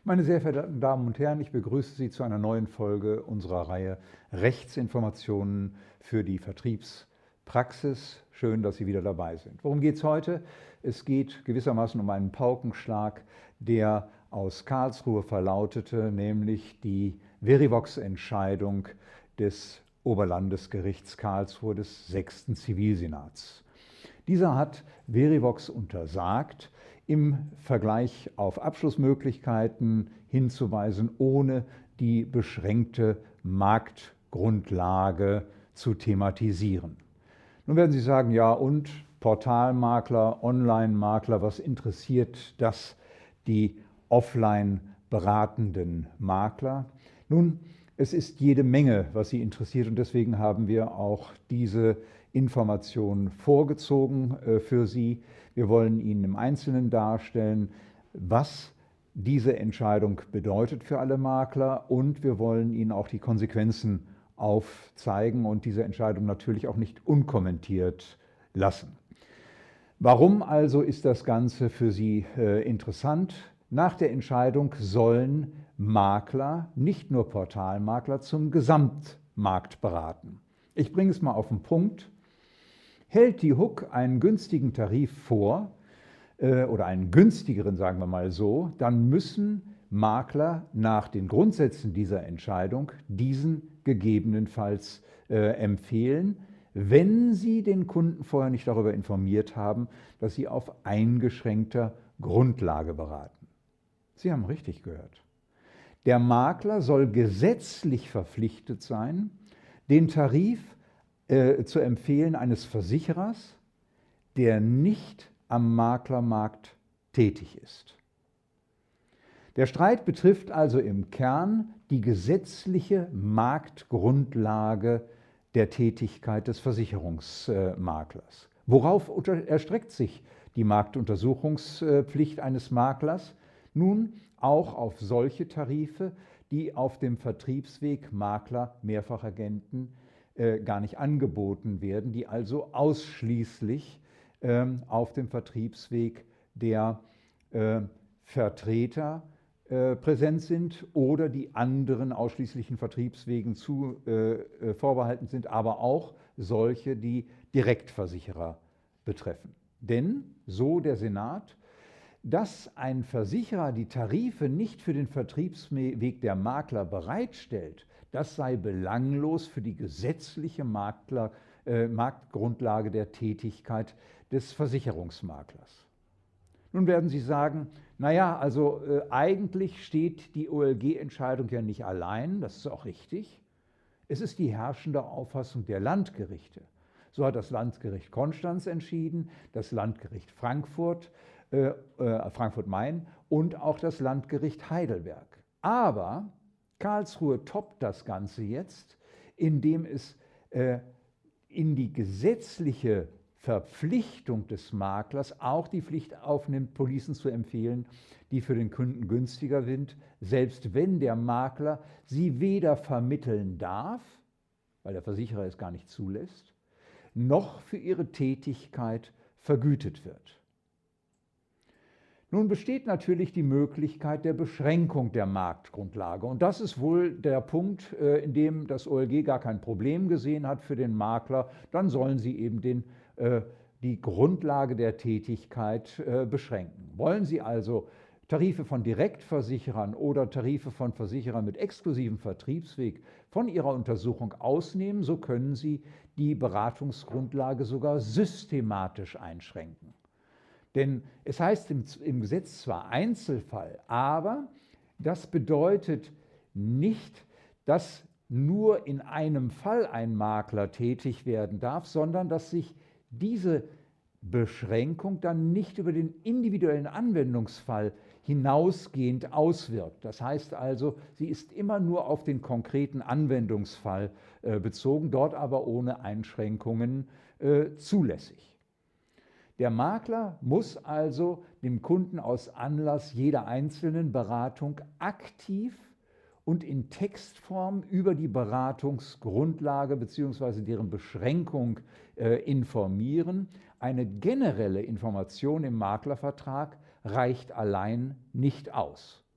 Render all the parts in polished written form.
Meine sehr verehrten Damen und Herren, ich begrüße Sie zu einer neuen Folge unserer Reihe Rechtsinformationen für die Vertriebspraxis. Schön, dass Sie wieder dabei sind. Worum geht es heute? Es geht gewissermaßen um einen Paukenschlag, der aus Karlsruhe verlautete, nämlich die Verivox-Entscheidung des Oberlandesgerichts Karlsruhe des 6. Zivilsenats. Dieser hat Verivox untersagt, im Vergleich auf Abschlussmöglichkeiten hinzuweisen, ohne die beschränkte Marktgrundlage zu thematisieren. Nun werden Sie sagen, ja und Portalmakler, Online-Makler, was interessiert das die offline beratenden Makler? Nun, es ist jede Menge, was Sie interessiert, und deswegen haben wir auch diese Informationen vorgezogen für Sie. Wir wollen Ihnen im Einzelnen darstellen, was diese Entscheidung bedeutet für alle Makler, und wir wollen Ihnen auch die Konsequenzen aufzeigen und diese Entscheidung natürlich auch nicht unkommentiert lassen. Warum also ist das Ganze für Sie interessant? Nach der Entscheidung sollen Makler, nicht nur Portalmakler, zum Gesamtmarkt beraten. Ich bringe es mal auf den Punkt. Hält die HUK einen günstigen Tarif vor, oder einen günstigeren, sagen wir mal so, dann müssen Makler nach den Grundsätzen dieser Entscheidung diesen gegebenenfalls empfehlen, wenn sie den Kunden vorher nicht darüber informiert haben, dass sie auf eingeschränkter Grundlage beraten. Sie haben richtig gehört. Der Makler soll gesetzlich verpflichtet sein, den Tarif zu empfehlen eines Versicherers, der nicht am Maklermarkt tätig ist. Der Streit betrifft also im Kern die gesetzliche Marktgrundlage der Tätigkeit des Versicherungsmaklers. Worauf erstreckt sich die Marktuntersuchungspflicht eines Maklers? Nun auch auf solche Tarife, die auf dem Vertriebsweg Makler, Mehrfachagenten gar nicht angeboten werden, die also ausschließlich auf dem Vertriebsweg der Vertreter präsent sind oder die anderen ausschließlichen Vertriebswegen vorbehalten sind, aber auch solche, die Direktversicherer betreffen. Denn, so der Senat, dass ein Versicherer die Tarife nicht für den Vertriebsweg der Makler bereitstellt, das sei belanglos für die gesetzliche Marktgrundlage der Tätigkeit des Versicherungsmaklers. Nun werden Sie sagen, naja, also eigentlich steht die OLG-Entscheidung ja nicht allein, das ist auch richtig. Es ist die herrschende Auffassung der Landgerichte. So hat das Landgericht Konstanz entschieden, das Landgericht Frankfurt-Main und auch das Landgericht Heidelberg. Aber Karlsruhe toppt das Ganze jetzt, indem es in die gesetzliche Verpflichtung des Maklers auch die Pflicht aufnimmt, Policen zu empfehlen, die für den Kunden günstiger sind, selbst wenn der Makler sie weder vermitteln darf, weil der Versicherer es gar nicht zulässt, noch für ihre Tätigkeit vergütet wird. Nun besteht natürlich die Möglichkeit der Beschränkung der Marktgrundlage. Und das ist wohl der Punkt, in dem das OLG gar kein Problem gesehen hat für den Makler. Dann sollen sie eben die Grundlage der Tätigkeit beschränken. Wollen Sie also Tarife von Direktversicherern oder Tarife von Versicherern mit exklusivem Vertriebsweg von ihrer Untersuchung ausnehmen, so können Sie die Beratungsgrundlage sogar systematisch einschränken. Denn es heißt im Gesetz zwar Einzelfall, aber das bedeutet nicht, dass nur in einem Fall ein Makler tätig werden darf, sondern dass sich diese Beschränkung dann nicht über den individuellen Anwendungsfall hinausgehend auswirkt. Das heißt also, sie ist immer nur auf den konkreten Anwendungsfall bezogen, dort aber ohne Einschränkungen zulässig. Der Makler muss also dem Kunden aus Anlass jeder einzelnen Beratung aktiv und in Textform über die Beratungsgrundlage bzw. deren Beschränkung informieren. Eine generelle Information im Maklervertrag reicht allein nicht aus.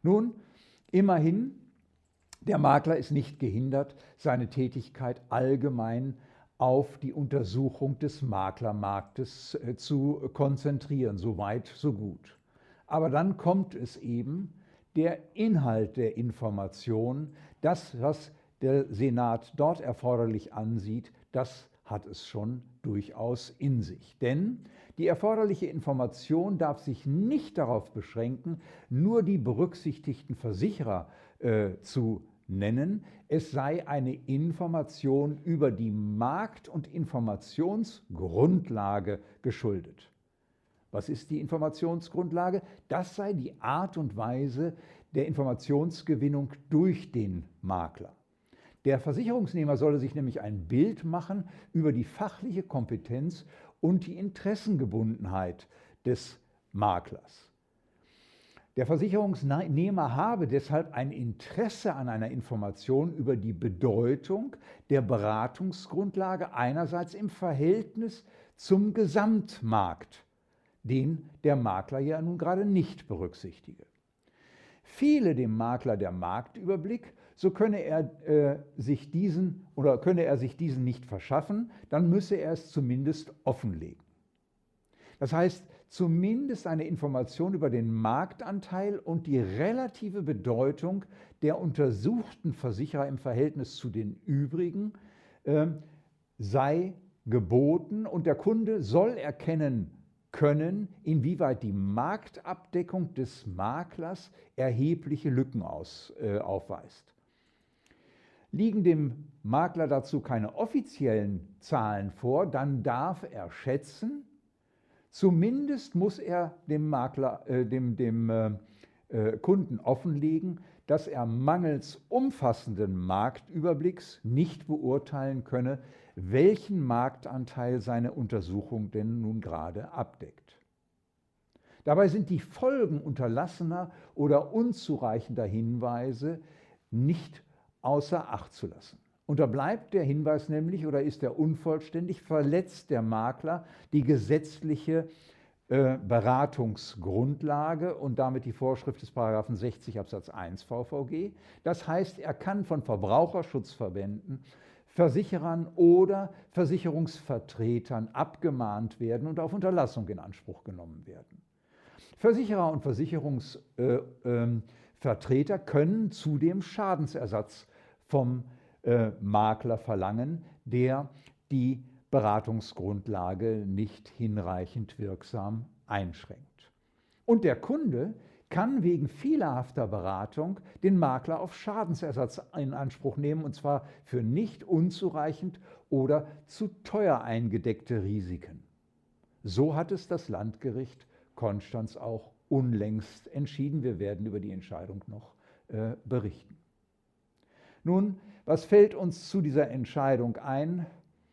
Nun, immerhin, der Makler ist nicht gehindert, seine Tätigkeit allgemein auf die Untersuchung des Maklermarktes zu konzentrieren. So weit, so gut. Aber dann kommt es eben, der Inhalt der Information, das, was der Senat dort erforderlich ansieht, das hat es schon durchaus in sich. Denn die erforderliche Information darf sich nicht darauf beschränken, nur die berücksichtigten Versicherer zu nennen. Es sei eine Information über die Markt- und Informationsgrundlage geschuldet. Was ist die Informationsgrundlage? Das sei die Art und Weise der Informationsgewinnung durch den Makler. Der Versicherungsnehmer solle sich nämlich ein Bild machen über die fachliche Kompetenz und die Interessengebundenheit des Maklers. Der Versicherungsnehmer habe deshalb ein Interesse an einer Information über die Bedeutung der Beratungsgrundlage einerseits im Verhältnis zum Gesamtmarkt, den der Makler ja nun gerade nicht berücksichtige. Fehle dem Makler der Marktüberblick, so könne er sich diesen nicht verschaffen, dann müsse er es zumindest offenlegen. Das heißt, zumindest eine Information über den Marktanteil und die relative Bedeutung der untersuchten Versicherer im Verhältnis zu den übrigen sei geboten und der Kunde soll erkennen können, inwieweit die Marktabdeckung des Maklers erhebliche Lücken aufweist. Liegen dem Makler dazu keine offiziellen Zahlen vor, dann darf er schätzen, zumindest muss er dem Kunden offenlegen, dass er mangels umfassenden Marktüberblicks nicht beurteilen könne, welchen Marktanteil seine Untersuchung denn nun gerade abdeckt. Dabei sind die Folgen unterlassener oder unzureichender Hinweise nicht außer Acht zu lassen. Unterbleibt der Hinweis nämlich oder ist er unvollständig, verletzt der Makler die gesetzliche Beratungsgrundlage und damit die Vorschrift des § 60 Absatz 1 VVG. Das heißt, er kann von Verbraucherschutzverbänden, Versicherern oder Versicherungsvertretern abgemahnt werden und auf Unterlassung in Anspruch genommen werden. Versicherer und Versicherungsvertreter können zudem Schadensersatz vom Makler verlangen, der die Beratungsgrundlage nicht hinreichend wirksam einschränkt. Und der Kunde kann wegen fehlerhafter Beratung den Makler auf Schadensersatz in Anspruch nehmen, und zwar für nicht unzureichend oder zu teuer eingedeckte Risiken. So hat es das Landgericht Konstanz auch unlängst entschieden. Wir werden über die Entscheidung noch berichten. Nun, was fällt uns zu dieser Entscheidung ein?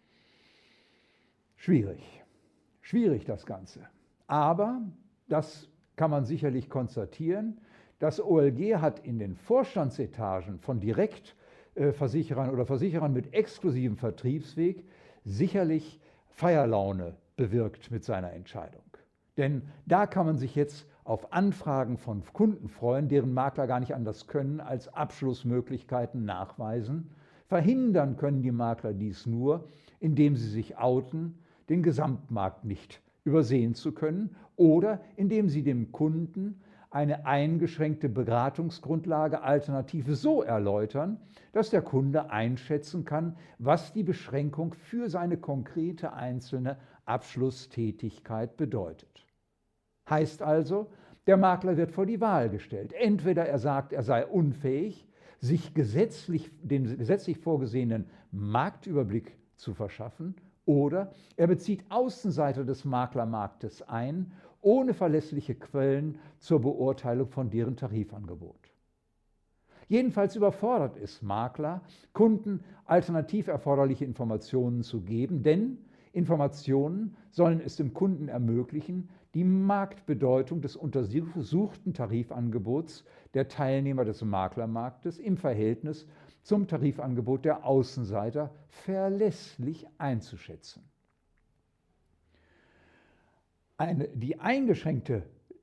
Schwierig das Ganze. Aber das kann man sicherlich konstatieren. Das OLG hat in den Vorstandsetagen von Direktversicherern oder Versicherern mit exklusivem Vertriebsweg sicherlich Feierlaune bewirkt mit seiner Entscheidung. Denn da kann man sich jetzt auf Anfragen von Kunden freuen, deren Makler gar nicht anders können, als Abschlussmöglichkeiten nachweisen. Verhindern können die Makler dies nur, indem sie sich outen, den Gesamtmarkt nicht übersehen zu können oder indem sie dem Kunden eine eingeschränkte Beratungsgrundlage alternativ so erläutern, dass der Kunde einschätzen kann, was die Beschränkung für seine konkrete einzelne Abschlusstätigkeit bedeutet. Heißt also, der Makler wird vor die Wahl gestellt. Entweder er sagt, er sei unfähig, sich den gesetzlich vorgesehenen Marktüberblick zu verschaffen, oder er bezieht Außenseiter des Maklermarktes ein, ohne verlässliche Quellen zur Beurteilung von deren Tarifangebot. Jedenfalls überfordert es Makler, Kunden alternativ erforderliche Informationen zu geben, denn Informationen sollen es dem Kunden ermöglichen, die Marktbedeutung des untersuchten Tarifangebots der Teilnehmer des Maklermarktes im Verhältnis zum Tarifangebot der Außenseiter verlässlich einzuschätzen. Die eingeschränkte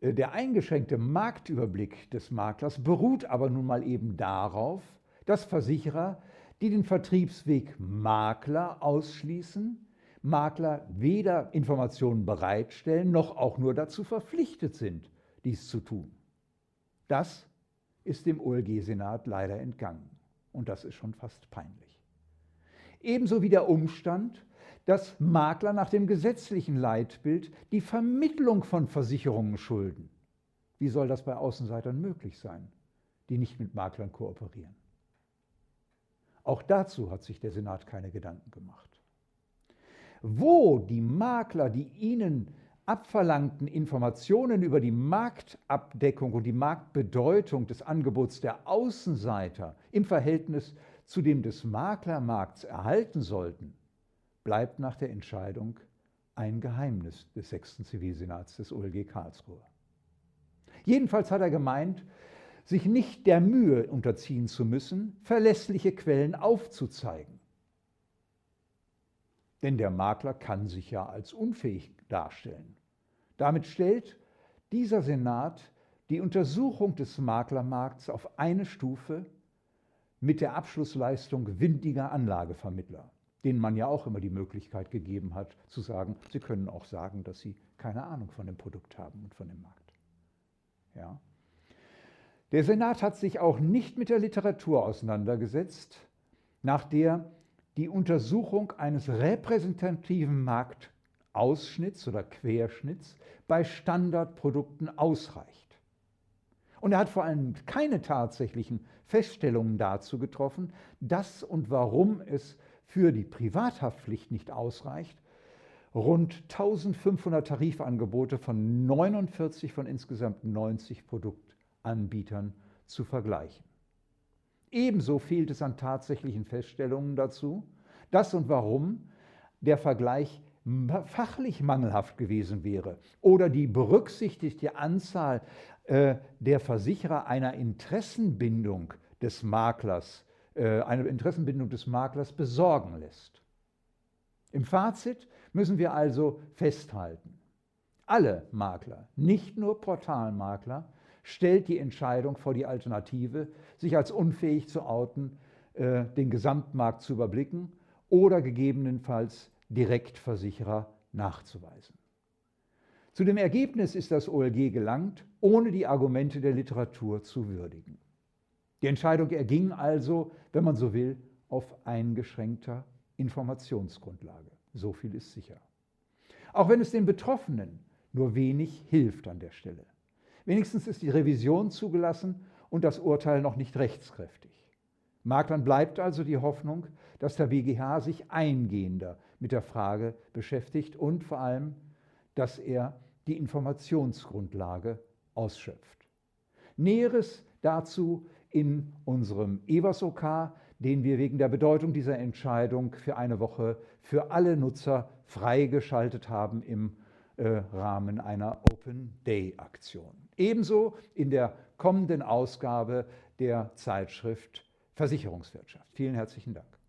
der eingeschränkte Marktüberblick des Maklers beruht aber nun mal eben darauf, dass Versicherer, die den Vertriebsweg Makler ausschließen, Makler weder Informationen bereitstellen, noch auch nur dazu verpflichtet sind, dies zu tun. Das ist dem OLG-Senat leider entgangen. Und das ist schon fast peinlich. Ebenso wie der Umstand, dass Makler nach dem gesetzlichen Leitbild die Vermittlung von Versicherungen schulden. Wie soll das bei Außenseitern möglich sein, die nicht mit Maklern kooperieren? Auch dazu hat sich der Senat keine Gedanken gemacht. Wo die Makler die ihnen abverlangten Informationen über die Marktabdeckung und die Marktbedeutung des Angebots der Außenseiter im Verhältnis zu dem des Maklermarkts erhalten sollten, bleibt nach der Entscheidung ein Geheimnis des 6. Zivilsenats des OLG Karlsruhe. Jedenfalls hat er gemeint, sich nicht der Mühe unterziehen zu müssen, verlässliche Quellen aufzuzeigen. Denn der Makler kann sich ja als unfähig darstellen. Damit stellt dieser Senat die Untersuchung des Maklermarkts auf eine Stufe mit der Abschlussleistung windiger Anlagevermittler, denen man ja auch immer die Möglichkeit gegeben hat, zu sagen, sie können auch sagen, dass sie keine Ahnung von dem Produkt haben und von dem Markt. Ja. Der Senat hat sich auch nicht mit der Literatur auseinandergesetzt, nach der die Untersuchung eines repräsentativen Marktausschnitts oder Querschnitts bei Standardprodukten ausreicht. Und er hat vor allem keine tatsächlichen Feststellungen dazu getroffen, dass und warum es für die Privathaftpflicht nicht ausreicht, rund 1500 Tarifangebote von 49 von insgesamt 90 Produktanbietern zu vergleichen. Ebenso fehlt es an tatsächlichen Feststellungen dazu, dass und warum der Vergleich fachlich mangelhaft gewesen wäre oder die berücksichtigte Anzahl der Versicherer einer Interessenbindung des Maklers besorgen lässt. Im Fazit müssen wir also festhalten: Alle Makler, nicht nur Portalmakler, stellt die Entscheidung vor die Alternative, sich als unfähig zu outen, den Gesamtmarkt zu überblicken oder gegebenenfalls Direktversicherer nachzuweisen. Zu dem Ergebnis ist das OLG gelangt, ohne die Argumente der Literatur zu würdigen. Die Entscheidung erging also, wenn man so will, auf eingeschränkter Informationsgrundlage. So viel ist sicher. Auch wenn es den Betroffenen nur wenig hilft an der Stelle. Wenigstens ist die Revision zugelassen und das Urteil noch nicht rechtskräftig. Maklern bleibt also die Hoffnung, dass der BGH sich eingehender mit der Frage beschäftigt und vor allem, dass er die Informationsgrundlage ausschöpft. Näheres dazu in unserem EWASOK, den wir wegen der Bedeutung dieser Entscheidung für eine Woche für alle Nutzer freigeschaltet haben im Rahmen einer Open Day Aktion. Ebenso in der kommenden Ausgabe der Zeitschrift Versicherungswirtschaft. Vielen herzlichen Dank.